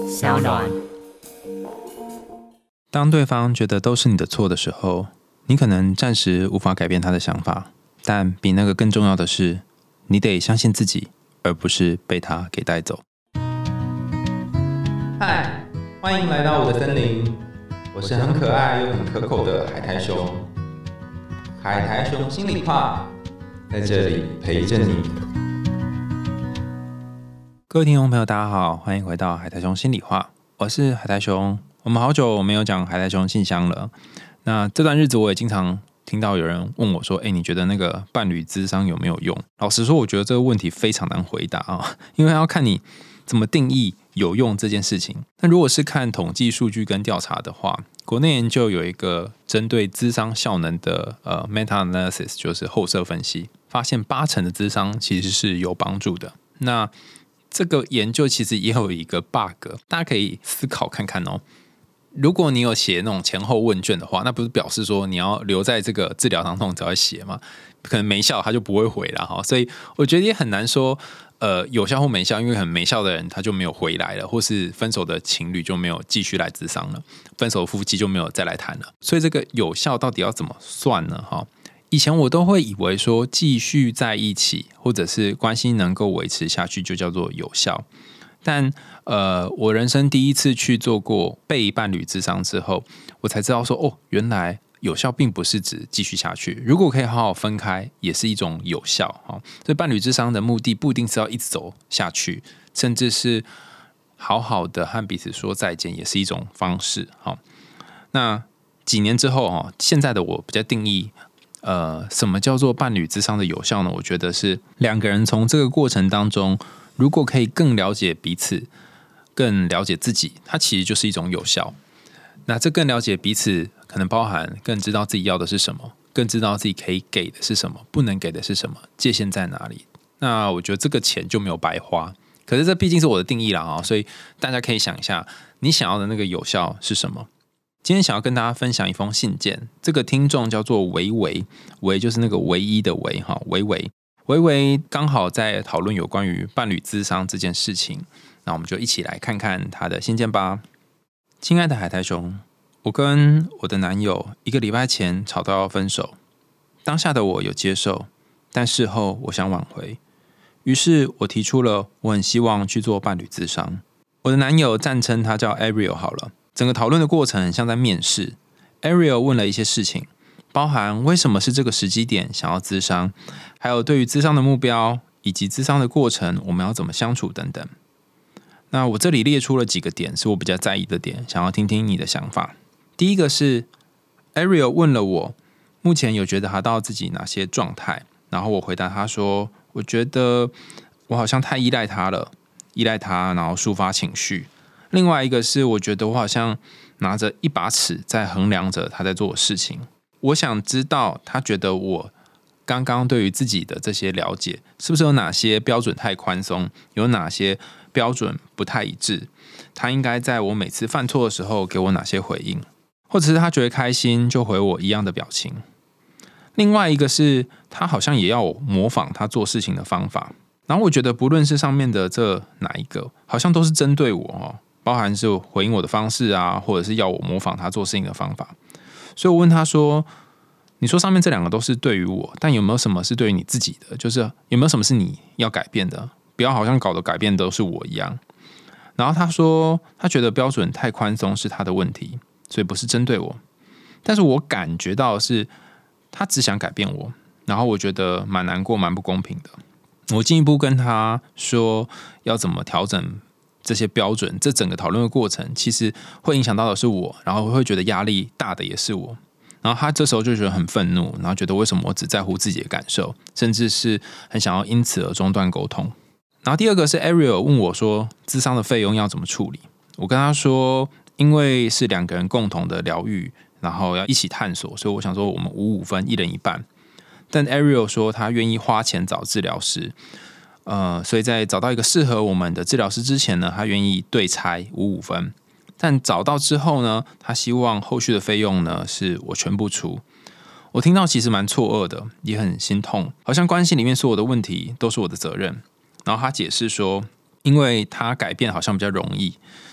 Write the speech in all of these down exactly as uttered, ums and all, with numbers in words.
小暖。 当对方觉得都是你的错的时候，你可能暂时无法改变他的想法，但比那个更重要的是，你得相信自己，而不是被他给带走。嗨，欢迎来到我的森林，我是很可爱又很可口的海苔熊。海苔熊心里话，在这里陪着你。各位听众朋友，大家好，欢迎回到海苔熊心里话，我是海苔熊。我们好久没有讲海苔熊信箱了。那这段日子我也经常听到有人问我说：“哎，你觉得那个伴侣諮商有没有用？”老实说，我觉得这个问题非常难回答啊，因为要看你怎么定义有用这件事情。那如果是看统计数据跟调查的话，国内研究有一个针对諮商效能的呃 meta analysis， 就是后设分析，发现八成的諮商其实是有帮助的。那这个研究其实也有一个 bug， 大家可以思考看看哦。如果你有写那种前后问卷的话，那不是表示说你要留在这个治疗当中才会写吗？可能没效他就不会回了哈。所以我觉得也很难说呃有效或没效，因为很没效的人他就没有回来了，或是分手的情侣就没有继续来諮商了，分手的夫妻就没有再来谈了。所以这个有效到底要怎么算呢？哈，以前我都会以为说继续在一起或者是关系能够维持下去就叫做有效，但呃，我人生第一次去做过被伴侣諮商之后，我才知道说哦，原来有效并不是指继续下去，如果可以好好分开也是一種有效。所以伴侶諮商的目的不一定是要一直走下去，甚至是好好的和彼此說再見也是一種方式。那幾年之後，現在的我比較定義呃，什麼叫做伴侶諮商的有效呢？我覺得是兩個人從這個過程當中，如果可以更了解彼此，更了解自己，它其實就是一種有效。那這更了解彼此可能包含更知道自己要的是什麼，更知道自己可以給的是什麼，不能給的是什麼，界限在哪裡。那我覺得這個錢就沒有白花。可是這畢竟是我的定義啦，所以大家可以想一下你想要的那個有效是什麼。今天想要跟大家分享一封信件，這個聽眾叫做維維，維就是那個唯一的維，維維維維剛好在討論有關於伴侶諮商這件事情，那我們就一起來看看他的信件吧。親愛的海苔熊，我跟我的男友一個禮拜前吵到要分手，當下的我有接受，但事後我想挽回，於是我提出了我很希望去做伴侶諮商。我的男友暫稱他叫 Ariel 好了。整個討論的過程很像在面試， Ariel 問了一些事情，包含為什麼是這個時機點想要諮商，還有對於諮商的目標以及諮商的過程我們要怎麼相處等等。那我這裡列出了幾個點是我比較在意的點，想要聽聽你的想法。第一個是 Ariel 問了我目前有覺得他到自己哪些狀態，然後我回答他說我覺得我好像太依賴他了，依賴他然後抒發情緒。另外一個是我覺得我好像拿着一把尺在衡量着他在做的事情，我想知道他覺得我剛剛對於自己的這些了解是不是有哪些標準太寬鬆，有哪些標準不太一致，他應該在我每次犯錯的時候給我哪些回應，或者是他覺得開心就回我一樣的表情。另外一個是他好像也要我模仿他做事情的方法，然後我覺得不論是上面的這哪一個好像都是針對我哦，包含是回應我的方式啊，或者是要我模仿他做事情的方法。所以我問他說，你說上面這兩個都是對於我，但有沒有什麼是對於你自己的，就是有沒有什麼是你要改變的，不要好像搞得改變都是我一樣。然後他說他覺得標準太寬鬆是他的問題，所以不是針對我，但是我感覺到的是他只想改變我，然後我覺得蠻難過蠻不公平的。我進一步跟他說要怎麼調整這些標準，這整個討論的過程其實會影響到的是我，然後會覺得壓力大的也是我。然後他這時候就覺得很憤怒，然後覺得為什麼我只在乎自己的感受，甚至是很想要因此而中斷溝通。然後第二個是 Ariel 問我說諮商的費用要怎麼處理，我跟他說因為是兩個人共同的療癒，然後要一起探索，所以我想說我們五五分，一人一半。但 Ariel 說他願意花錢找治療師，呃，所以在找到一個適合我們的治療師之前呢，他願意對拆五五分。但找到之後呢，他希望後續的費用呢是我全部出。我聽到其實蠻錯愕的，也很心痛，好像關係裡面所有的問題都是我的責任。然後他解釋說，因為他改變好像比較容易，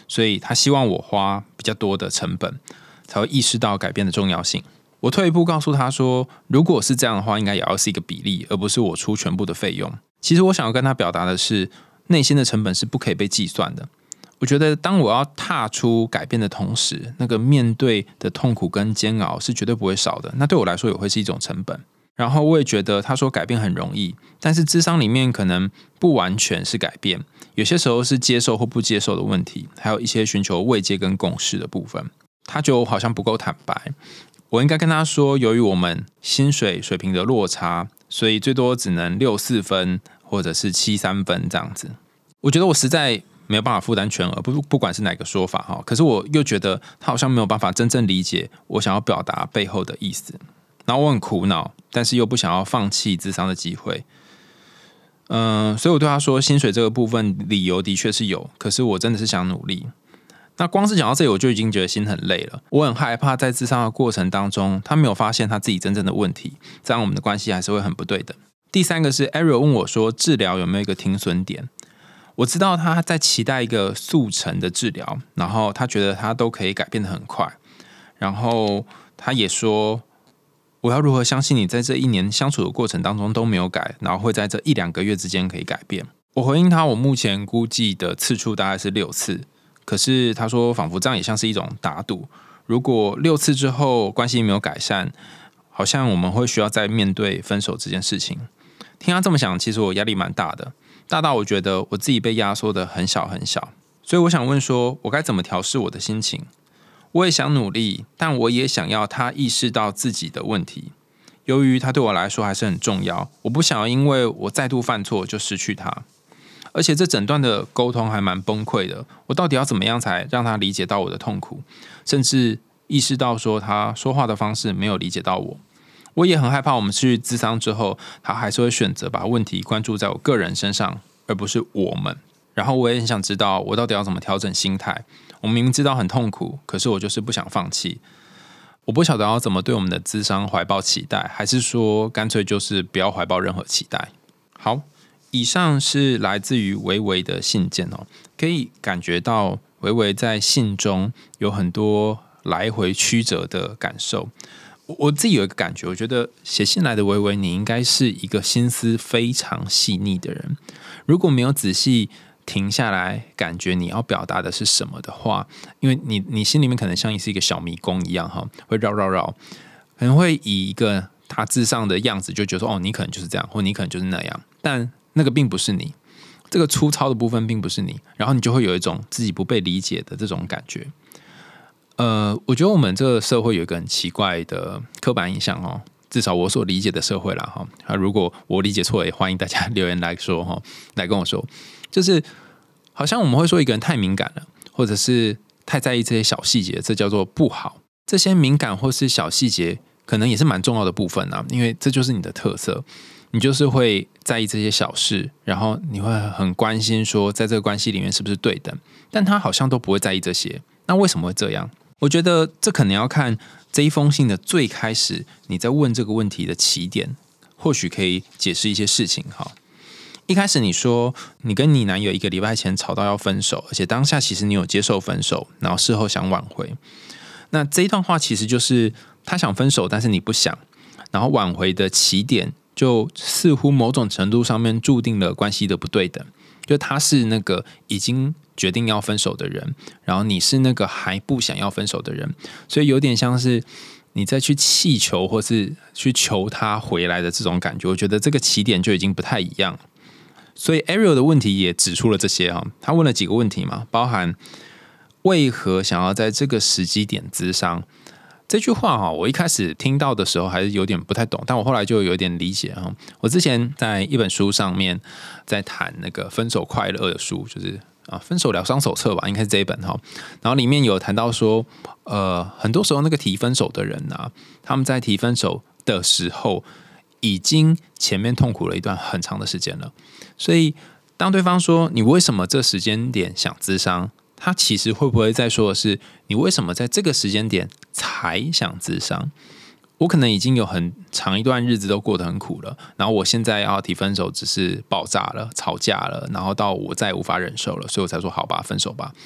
所以他希望我花比较多的成本，才会意识到改变的重要性。我退一步告诉他说，如果是这样的话，应该也要是一个比例，而不是我出全部的费用。其实我想要跟他表达的是，内心的成本是不可以被计算的。我觉得当我要踏出改变的同时，那个面对的痛苦跟煎熬是绝对不会少的，那对我来说也会是一种成本。然后我也觉得他说改变很容易，但是諮商里面可能不完全是改变，有些时候是接受或不接受的问题，还有一些寻求慰藉跟共识的部分。他就好像不够坦白，我应该跟他说，由于我们薪水水平的落差，所以最多只能六四分或者是七三分这样子。我觉得我实在没有办法负担全额，不不管是哪个说法，可是我又觉得他好像没有办法真正理解我想要表达背后的意思，然后我很苦恼，但是又不想要放弃諮商的机会。嗯，所以我对他说，薪水这个部分理由的确是有，可是我真的是想努力。那光是讲到这里，我就已经觉得心很累了。我很害怕在諮商的过程当中，他没有发现他自己真正的问题，这样我们的关系还是会很不对等。第三个是 Ariel 问我说，治疗有没有一个停损点？我知道他在期待一个速成的治疗，然后他觉得他都可以改变得很快，然后他也说，我要如何相信你在这一年相处的过程当中都没有改，然后会在这一两个月之间可以改变？我回应他，我目前估计的次数大概是六次，可是他说仿佛这样也像是一种打赌，如果六次之后关系没有改善，好像我们会需要再面对分手这件事情。听他这么想，其实我压力蛮大的，大到我觉得我自己被压缩的很小很小。所以我想问说，我该怎么调试我的心情？我也想努力，但我也想要他意识到自己的问题。由于他对我来说还是很重要，我不想要因为我再度犯错就失去他。而且这整段的沟通还蛮崩溃的，我到底要怎么样才让他理解到我的痛苦，甚至意识到说他说话的方式没有理解到我。我也很害怕我们去諮商之后，他还是会选择把问题关注在我个人身上，而不是我们。然后我也很想知道我到底要怎么调整心态。我明明知道很痛苦，可是我就是不想放弃。我不晓得要怎么对我们的諮商怀抱期待，还是说干脆就是不要怀抱任何期待。好，以上是来自于维维的信件哦，可以感觉到维维在信中有很多来回曲折的感受。我自己有一个感觉，我觉得写信来的维维，你应该是一个心思非常细腻的人。如果没有仔细停下来感觉你要表达的是什么的话，因为你你心里面可能像是一个小迷宫一样哈，会绕绕绕，可能会以一个大致上的样子就觉得说，哦，你可能就是这样，或你可能就是那样，但那个并不是你，这个粗糙的部分并不是你，然后你就会有一种自己不被理解的这种感觉。呃，我觉得我们这个社会有一个很奇怪的刻板印象哦，至少我所理解的社会啦哈。啊，如果我理解错，也欢迎大家留言来说哈，来跟我说，就是好像我们会说一个人太敏感了，或者是太在意这些小细节，这叫做不好。这些敏感或是小细节，可能也是蛮重要的部分啊，因为这就是你的特色。你就是会在意这些小事，然后你会很关心说，在这个关系里面是不是对等，但他好像都不会在意这些。那为什么会这样？我觉得这可能要看这一封信的最开始你在问这个问题的起点，或许可以解释一些事情。好，一开始你说你跟你男友一个礼拜前吵到要分手，而且当下其实你有接受分手，然后事后想挽回。那这一段话其实就是他想分手，但是你不想，然后挽回的起点就似乎某种程度上面注定了关系的不对等，就他是那个已经决定要分手的人，然后你是那个还不想要分手的人，所以有点像是你再去气球或是去求他回来的这种感觉。我觉得这个起点就已经不太一样。所以 Ariel 的问题也指出了这些哈，他问了几个问题嘛，包含为何想要在这个时机点諮商。这句话哈，我一开始听到的时候还是有点不太懂，但我后来就有点理解哈。我之前在一本书上面在谈那个分手快乐的书，就是啊分手疗伤手册吧，应该是这一本哈。然后里面有谈到说，呃，很多时候那个提分手的人啊，他们在提分手的时候，已经前面痛苦了一段很长的时间了，所以当对方说你为什么这时间点想諮商，他其实会不会在说的是你为什么在这个时间点才想諮商？我可能已经有很长一段日子都过得很苦了，然后我现在要提分手只是爆炸了，吵架了，然后到我再也无法忍受了，所以我才说好吧，分手吧。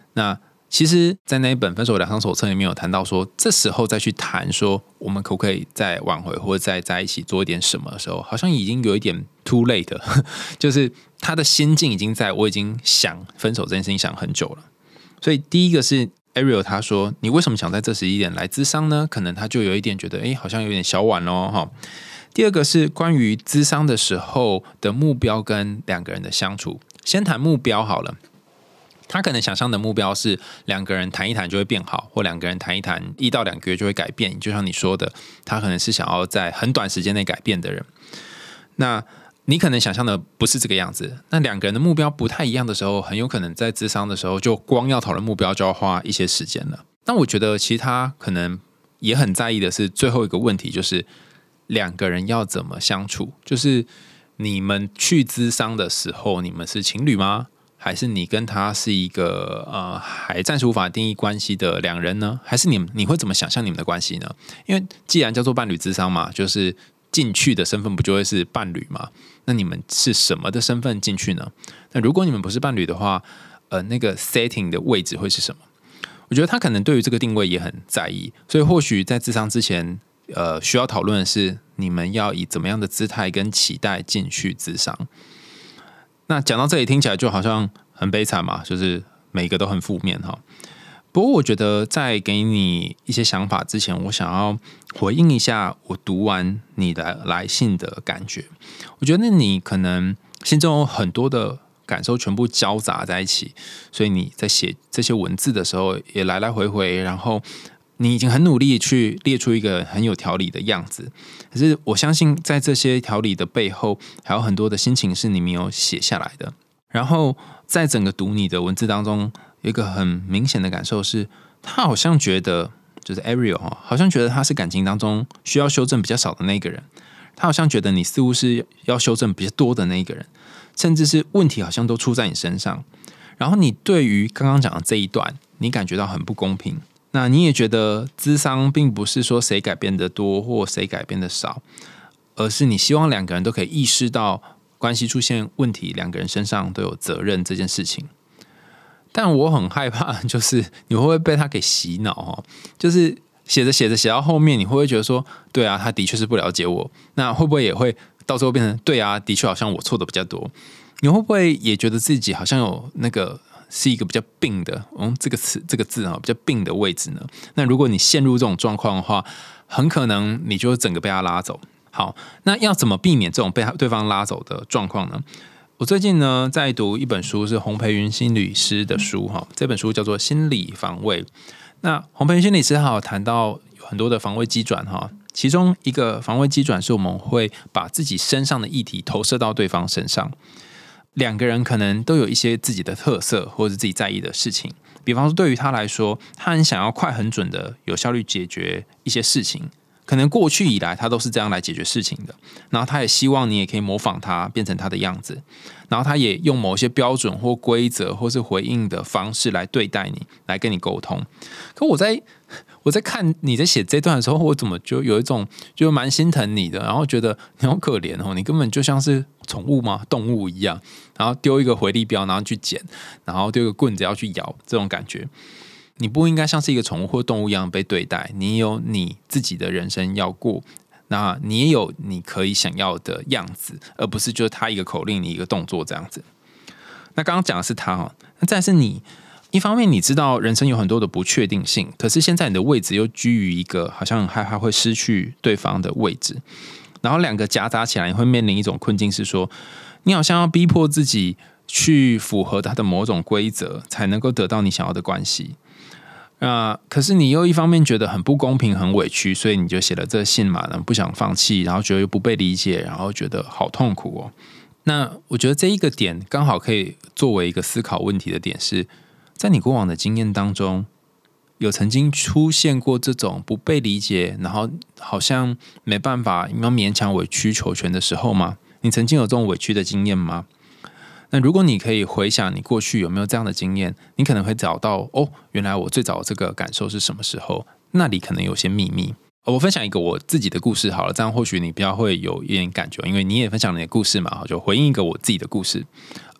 那其实在那一本分手疗伤手册里面有谈到说，这时候再去谈说我们可不可以再挽回或者再在一起做一点什么的时候，好像已经有一点 too late 的，就是他的心境已经在我已经想分手这件事情想很久了。所以第一个是 Ariel 他说你为什么想在这时一点来諮商呢？可能他就有一点觉得哎，好像有点小晚咯。第二个是关于諮商的时候的目标跟两个人的相处。先谈目标好了，他可能想象的目标是两个人谈一谈就会变好，或两个人谈一谈一到两个月就会改变，就像你说的，他可能是想要在很短时间内改变的人。那你可能想象的不是这个样子，那两个人的目标不太一样的时候，很有可能在諮商的时候就光要讨论目标就要花一些时间了。那我觉得其实他可能也很在意的是最后一个问题，就是两个人要怎么相处，就是你们去諮商的时候，你们是情侣吗？还是你跟他是一个呃还暂时无法定义关系的两人呢？还是你你会怎么想象你们的关系呢？因为既然叫做伴侣諮商嘛，就是进去的身份不就会是伴侣嘛？那你们是什么的身份进去呢？那如果你们不是伴侣的话，呃，那个 setting 的位置会是什么？我觉得他可能对于这个定位也很在意，所以或许在諮商之前，呃，需要讨论的是你们要以怎么样的姿态跟期待进去諮商。那讲到这里听起来就好像很悲惨嘛，就是每个都很负面哈。不过我觉得在给你一些想法之前，我想要回应一下我读完你的来信的感觉。我觉得你可能心中有很多的感受全部交杂在一起，所以你在写这些文字的时候也来来回回，然后你已经很努力去列出一个很有条理的样子。可是我相信在这些条理的背后，还有很多的心情是你没有写下来的。然后在整个读你的文字当中，有一个很明显的感受是，他好像觉得，就是 Ariel 好像觉得他是感情当中需要修正比较少的那个人，他好像觉得你似乎是要修正比较多的那一个人，甚至是问题好像都出在你身上。然后你对于刚刚讲的这一段，你感觉到很不公平。那你也觉得諮商并不是说谁改变的多或谁改变的少，而是你希望两个人都可以意识到关系出现问题，两个人身上都有责任这件事情。但我很害怕，就是你会不会被他给洗脑？就是写着写着写到后面，你会不会觉得说，对啊，他的确是不了解我？那会不会也会到最后变成，对啊，的确好像我错的比较多？你会不会也觉得自己好像有那个是一个比较病的，嗯，这个词这个字啊，比较病的位置呢？那如果你陷入这种状况的话，很可能你就整个被他拉走。好，那要怎么避免这种被对方拉走的状况呢？我最近呢在读一本书，是洪培云心理师的书哈，这本书叫做《心理防卫》。那洪培云心理师还有谈到有很多的防卫机转哈，其中一个防卫机转是我们会把自己身上的议题投射到对方身上。两个人可能都有一些自己的特色或者自己在意的事情，比方说对于他来说，他很想要快很准的有效率解决一些事情，可能过去以来他都是这样来解决事情的，然后他也希望你也可以模仿他，变成他的样子，然后他也用某些标准或规则或是回应的方式来对待你，来跟你沟通。可我在我在看你在写这段的时候，我怎么就有一种就蛮心疼你的，然后觉得你好可怜哦，你根本就像是宠物嘛，动物一样，然后丢一个回力镖，然后去捡，然后丢一个棍子要去咬，这种感觉。你不应该像是一个宠物或动物一样被对待，你有你自己的人生要过，那你也有你可以想要的样子，而不是就是他一个口令，你一个动作这样子。那刚刚讲的是他哈，那再是你。一方面你知道人生有很多的不确定性，可是现在你的位置又居于一个好像很害怕会失去对方的位置，然后两个夹杂起来，你会面临一种困境，是说你好像要逼迫自己去符合他的某种规则，才能够得到你想要的关系。呃、可是你又一方面觉得很不公平很委屈，所以你就写了这信嘛，然后不想放弃，然后觉得又不被理解，然后觉得好痛苦哦。那我觉得这一个点刚好可以作为一个思考问题的点是，在你过往的经验当中，有曾经出现过这种不被理解，然后好像没办法，要勉强委曲求全的时候吗？你曾经有这种委屈的经验吗？那如果你可以回想你过去有没有这样的经验，你可能会找到哦，原来我最早这个感受是什么时候？那里可能有些秘密。我分享一个我自己的故事好了，这样或许你比较会有一点感觉，因为你也分享你的故事嘛，就回应一个我自己的故事。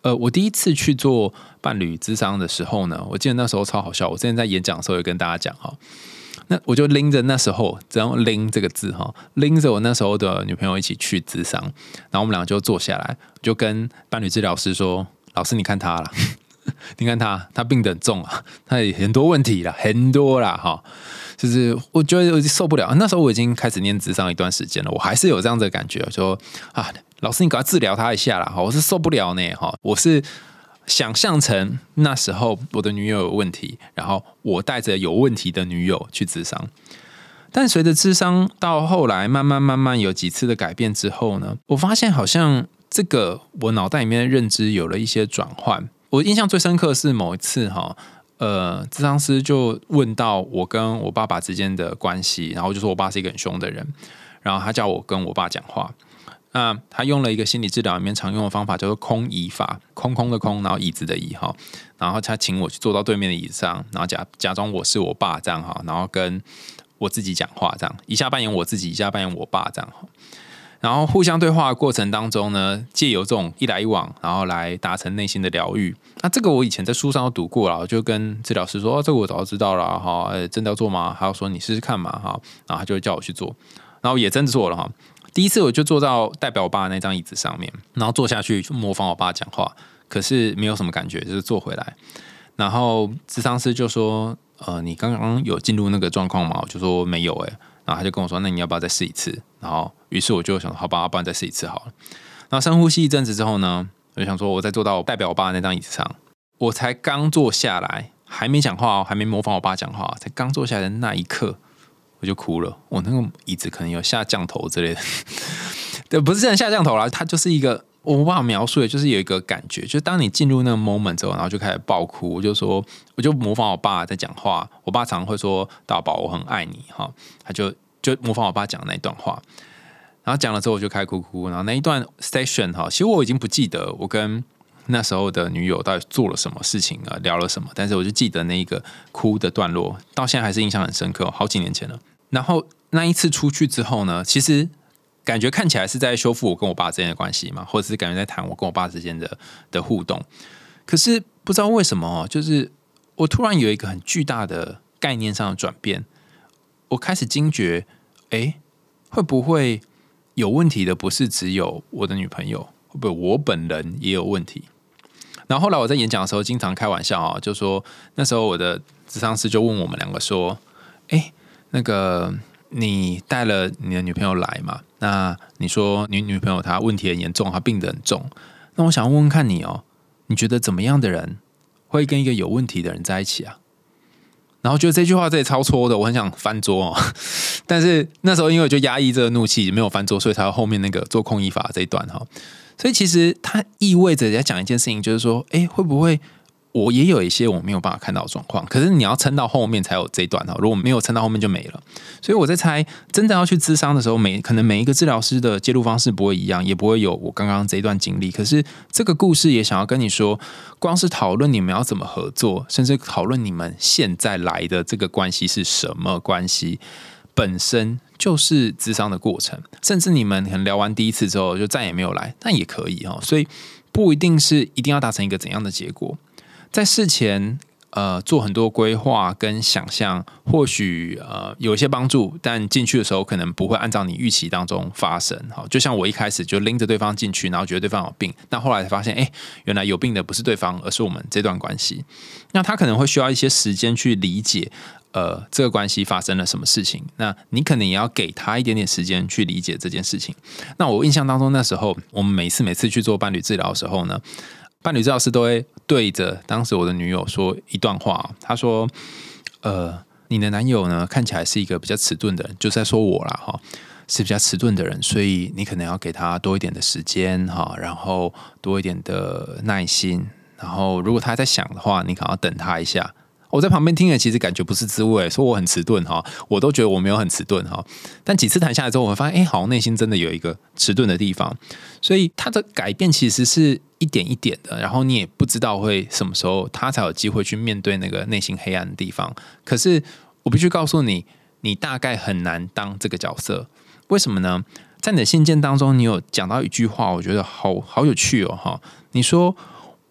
呃，我第一次去做伴侣咨商的时候呢，我记得那时候超好笑。我之前在演讲的时候有跟大家讲哈，那我就拎着那时候，只要拎这个字哈，拎着我那时候的女朋友一起去咨商，然后我们俩就坐下来，就跟伴侣治疗师说：“老师，你看他啦，你看他，他病得很重啊，他有很多问题啦，很多啦哈。”就是我觉得我受不了，那时候我已经开始念咨商一段时间了，我还是有这样的感觉，说啊，老师你赶快治疗他一下啦，我是受不了呢哈，我是想象成那时候我的女友有问题，然后我带着有问题的女友去咨商，但随着咨商到后来慢慢慢慢有几次的改变之后呢，我发现好像这个我脑袋里面的认知有了一些转换。我印象最深刻的是某一次哈。呃，咨商师就问到我跟我爸爸之间的关系，然后就说我爸是一个很凶的人，然后他叫我跟我爸讲话。那他用了一个心理治疗里面常用的方法，叫做空椅法，空空的空，然后椅子的椅哈。然后他请我去坐到对面的椅子上，然后假假装我是我爸这样哈，然后跟我自己讲话这样，一下扮演我自己，一下扮演我爸这样哈。然后互相对话的过程当中呢，借由这种一来一往，然后来达成内心的疗愈。那这个我以前在书上都读过了，我就跟治疗师说：“哦，这个我早就知道了哈，真的要做吗？”他说：“你试试看嘛哈。”然后他就叫我去做，然后也真的做了哈。第一次我就坐到代表我爸的那张椅子上面，然后坐下去就模仿我爸讲话，可是没有什么感觉，就是坐回来。然后咨商师就说：“呃，你刚刚有进入那个状况吗？”我就说：“没有哎、欸。”然后他就跟我说：“那你要不要再试一次？”然后，于是我就想说：“好吧，不然再试一次好了。”然后深呼吸一阵子之后呢，我就想说，我再坐到代表我爸的那张椅子上，我才刚坐下来，还没讲话，还没模仿我爸讲话，才刚坐下来的那一刻，我就哭了。我那个椅子可能有下降头之类的，对，不是真的下降头啦，它就是一个。我无法描述的，就是有一个感觉，就是当你进入那个 moment 之后，然后就开始爆哭。我就说，我就模仿我爸在讲话，我爸常常会说：“大宝，我很爱你。”哈，他就就模仿我爸讲的那一段话，然后讲了之后，我就开始哭哭。然后那一段 station 哈，其实我已经不记得我跟那时候的女友到底做了什么事情啊，聊了什么，但是我就记得那一个哭的段落，到现在还是印象很深刻，好几年前了。然后那一次出去之后呢，其实。感觉看起来是在修复我跟我爸之间的关系嘛，或者是感觉在谈我跟我爸之间 的, 的互动。可是不知道为什么，就是我突然有一个很巨大的概念上的转变，我开始惊觉，哎，会不会有问题的不是只有我的女朋友，会不会我本人也有问题？然后后来我在演讲的时候，经常开玩笑啊，就说那时候我的咨商师就问我们两个说，哎，那个。你带了你的女朋友来嘛？那你说你女朋友她问题很严重，她病得很重。那我想问问看你哦，你觉得怎么样的人会跟一个有问题的人在一起啊？然后觉得这句话这里超戳的，我很想翻桌哦。但是那时候因为我就压抑这个怒气，没有翻桌，所以才有后面那个做控议法这一段哈。所以其实它意味着在讲一件事情，就是说，哎，会不会？我也有一些我没有办法看到的状况，可是你要撑到后面才有这一段，如果没有撑到后面就没了。所以我在猜，真的要去咨商的时候，每可能每一个治疗师的介入方式不会一样，也不会有我刚刚这一段经历。可是这个故事也想要跟你说，光是讨论你们要怎么合作，甚至讨论你们现在来的这个关系是什么关系，本身就是咨商的过程。甚至你们可能聊完第一次之后就再也没有来，但也可以。所以不一定是一定要达成一个怎样的结果。在事前，呃，做很多规划跟想象，或许呃有一些帮助，但进去的时候可能不会按照你预期当中发生。好，就像我一开始就拎着对方进去，然后觉得对方有病，那后来才发现，哎，原来有病的不是对方，而是我们这段关系。那他可能会需要一些时间去理解，呃，这个关系发生了什么事情。那你可能也要给他一点点时间去理解这件事情。那我印象当中，那时候我们每次每次去做伴侣治疗的时候呢。伴侣治疗师都会对着当时我的女友说一段话，他说：“呃，你的男友呢看起来是一个比较迟钝的人，就是在说我啦哈，是比较迟钝的人，所以你可能要给他多一点的时间哈，然后多一点的耐心，然后如果他在想的话，你可能要等他一下。”我在旁边听了，其实感觉不是滋味，说我很迟钝哈，我都觉得我没有很迟钝哈。但几次谈下来之后，我会发现，哎，好像内心真的有一个迟钝的地方，所以他的改变其实是一点一点的，然后你也不知道会什么时候他才有机会去面对那个内心黑暗的地方。可是我必须告诉你，你大概很难当这个角色，为什么呢？在你的信件当中，你有讲到一句话，我觉得好好有趣哦哈。你说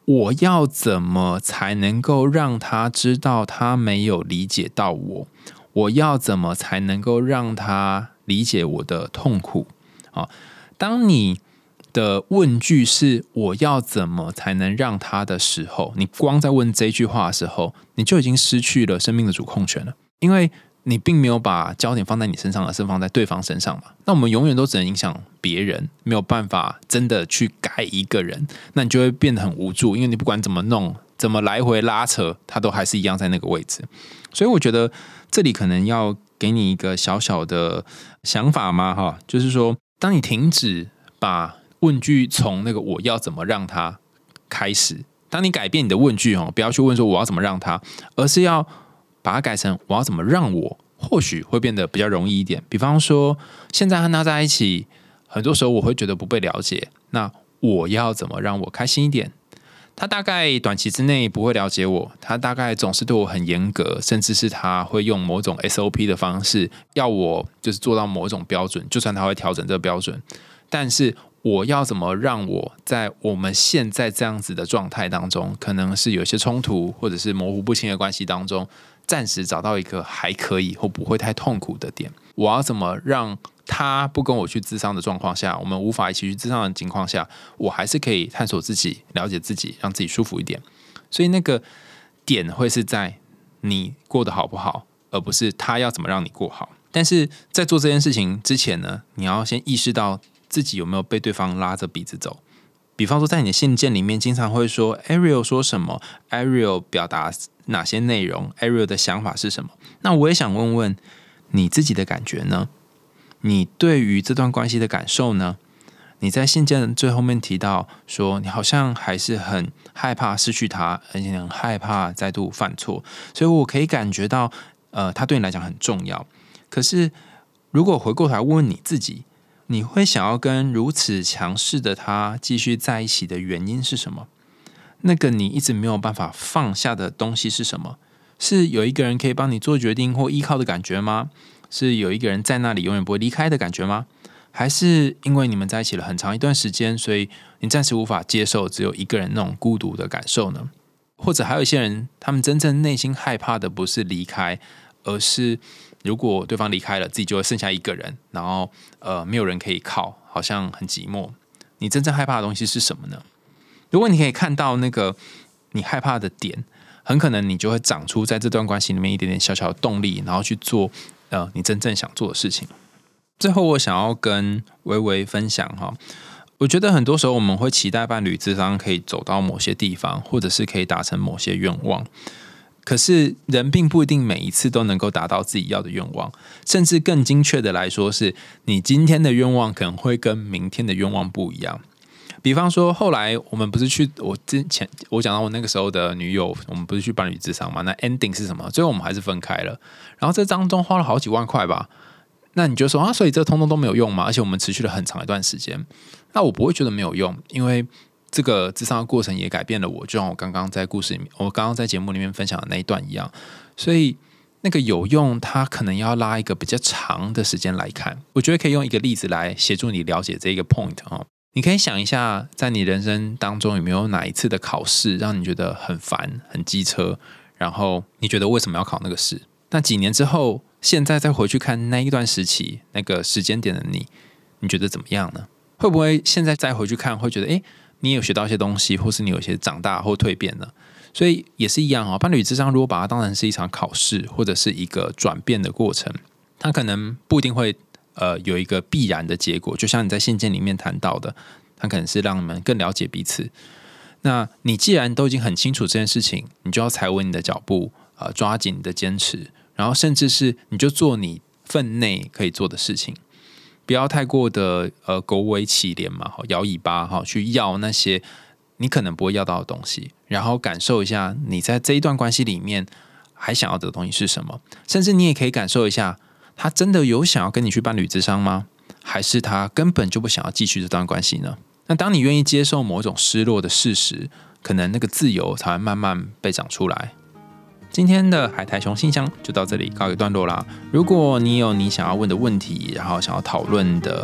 我要怎么才能够让他知道他没有理解到我？我要怎么才能够让他理解我的痛苦？啊，当你的问句是我要怎么才能让他的时候，你光在问这句话的时候，你就已经失去了生命的主控权了，因为你并没有把焦点放在你身上，而是放在对方身上嘛。那我们永远都只能影响别人，没有办法真的去改一个人，那你就会变得很无助，因为你不管怎么弄，怎么来回拉扯，他都还是一样在那个位置。所以我觉得这里可能要给你一个小小的想法嘛，哈，就是说，当你停止把问句从那个我要怎么让他开始，当你改变你的问句，不要去问说我要怎么让他，而是要把它改成我要怎么让我，或许会变得比较容易一点。比方说，现在和他在一起，很多时候我会觉得不被了解，那我要怎么让我开心一点？他大概短期之内不会了解我，他大概总是对我很严格，甚至是他会用某种 S O P 的方式要我就是做到某种标准，就算他会调整这个标准，但是我要怎么让我在我们现在这样子的状态当中，可能是有些冲突或者是模糊不清的关系当中，暂时找到一个还可以或不会太痛苦的点？我要怎么让他不跟我去諮商的状況下，我们无法一起去諮商的情況下，我还是可以探索自己，了解自己，让自己舒服一点。所以那个点会是在你过得好不好，而不是他要怎么让你过好。但是在做这件事情之前呢，你要先意识到自己有没有被对方拉着鼻子走。比方说在你的信件里面经常会说 Ariel 说什么， Ariel 表达哪些内容， Ariel 的想法是什么。那我也想问问你自己的感觉呢？你对于这段关系的感受呢？你在信件最后面提到说你好像还是很害怕失去他，而且很害怕再度犯错，所以我可以感觉到呃，他对你来讲很重要。可是如果回过头来问问你自己，你会想要跟如此强势的他继续在一起的原因是什么？那个你一直没有办法放下的东西是什么？是有一个人可以帮你做决定或依靠的感觉吗？是有一个人在那里永远不会离开的感觉吗？还是因为你们在一起了很长一段时间，所以你暂时无法接受只有一个人那种孤独的感受呢？或者还有一些人，他们真正内心害怕的不是离开，而是如果对方离开了，自己就会剩下一个人，然后呃没有人可以靠，好像很寂寞。你真正害怕的东西是什么呢？如果你可以看到那个你害怕的点，很可能你就会长出在这段关系里面一点点小小的动力，然后去做呃你真正想做的事情。最后我想要跟微微分享哈，我觉得很多时候我们会期待伴侣諮商可以走到某些地方，或者是可以达成某些愿望，可是人并不一定每一次都能够达到自己要的愿望，甚至更精确的来说是，你今天的愿望可能会跟明天的愿望不一样。比方说后来我们不是去，我之前我讲到我那个时候的女友，我们不是去伴侣諮商嘛，那 ending 是什么？最后我们还是分开了，然后这当中花了好几万块吧。那你就说啊，所以这通通都没有用吗？而且我们持续了很长一段时间。那我不会觉得没有用，因为这个諮商的过程也改变了我，就像我刚刚在故事里面，我刚刚在节目里面分享的那一段一样。所以那个有用，它可能要拉一个比较长的时间来看。我觉得可以用一个例子来协助你了解这个 point 哦。你可以想一下，在你人生当中有没有哪一次的考试让你觉得很烦、很机车，然后你觉得为什么要考那个试？那几年之后，现在再回去看那一段时期那个时间点的你，你觉得怎么样呢？会不会现在再回去看，会觉得诶，你有学到一些东西，或是你有一些长大或蜕变呢？所以也是一样哦，伴侣諮商如果把它当成是一场考试，或者是一个转变的过程，它可能不一定会呃有一个必然的结果。就像你在信件里面谈到的，它可能是让你们更了解彼此。那你既然都已经很清楚这件事情，你就要踩稳你的脚步，呃，抓紧你的坚持。然后甚至是你就做你分内可以做的事情，不要太过的呃狗尾乞怜嘛，摇尾巴去要那些你可能不会要到的东西，然后感受一下你在这一段关系里面还想要的东西是什么，甚至你也可以感受一下，他真的有想要跟你去伴侣諮商吗？还是他根本就不想要继续这段关系呢？那当你愿意接受某种失落的事实，可能那个自由才会慢慢被长出来。今天的海苔熊信箱就到这里告一段落啦。如果你有你想要问的问题，然后想要讨论的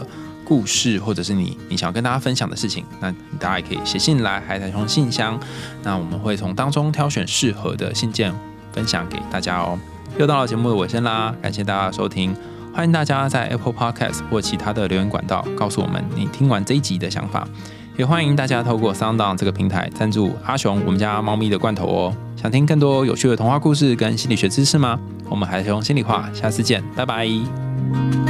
故事，或者是你你想要跟大家分享的事情，那大家也可以写信来海苔熊信箱，那我们会从当中挑选适合的信件分享给大家哦。又到了节目的尾声啦，感谢大家的收听，欢迎大家在 Apple Podcast 或其他的留言管道告诉我们你听完这一集的想法，也欢迎大家透过 SoundOn 这个平台赞助阿熊我们家猫咪的罐头哦。想听更多有趣的童话故事跟心理学知识吗？我们海苔熊心里话，下次见，拜拜。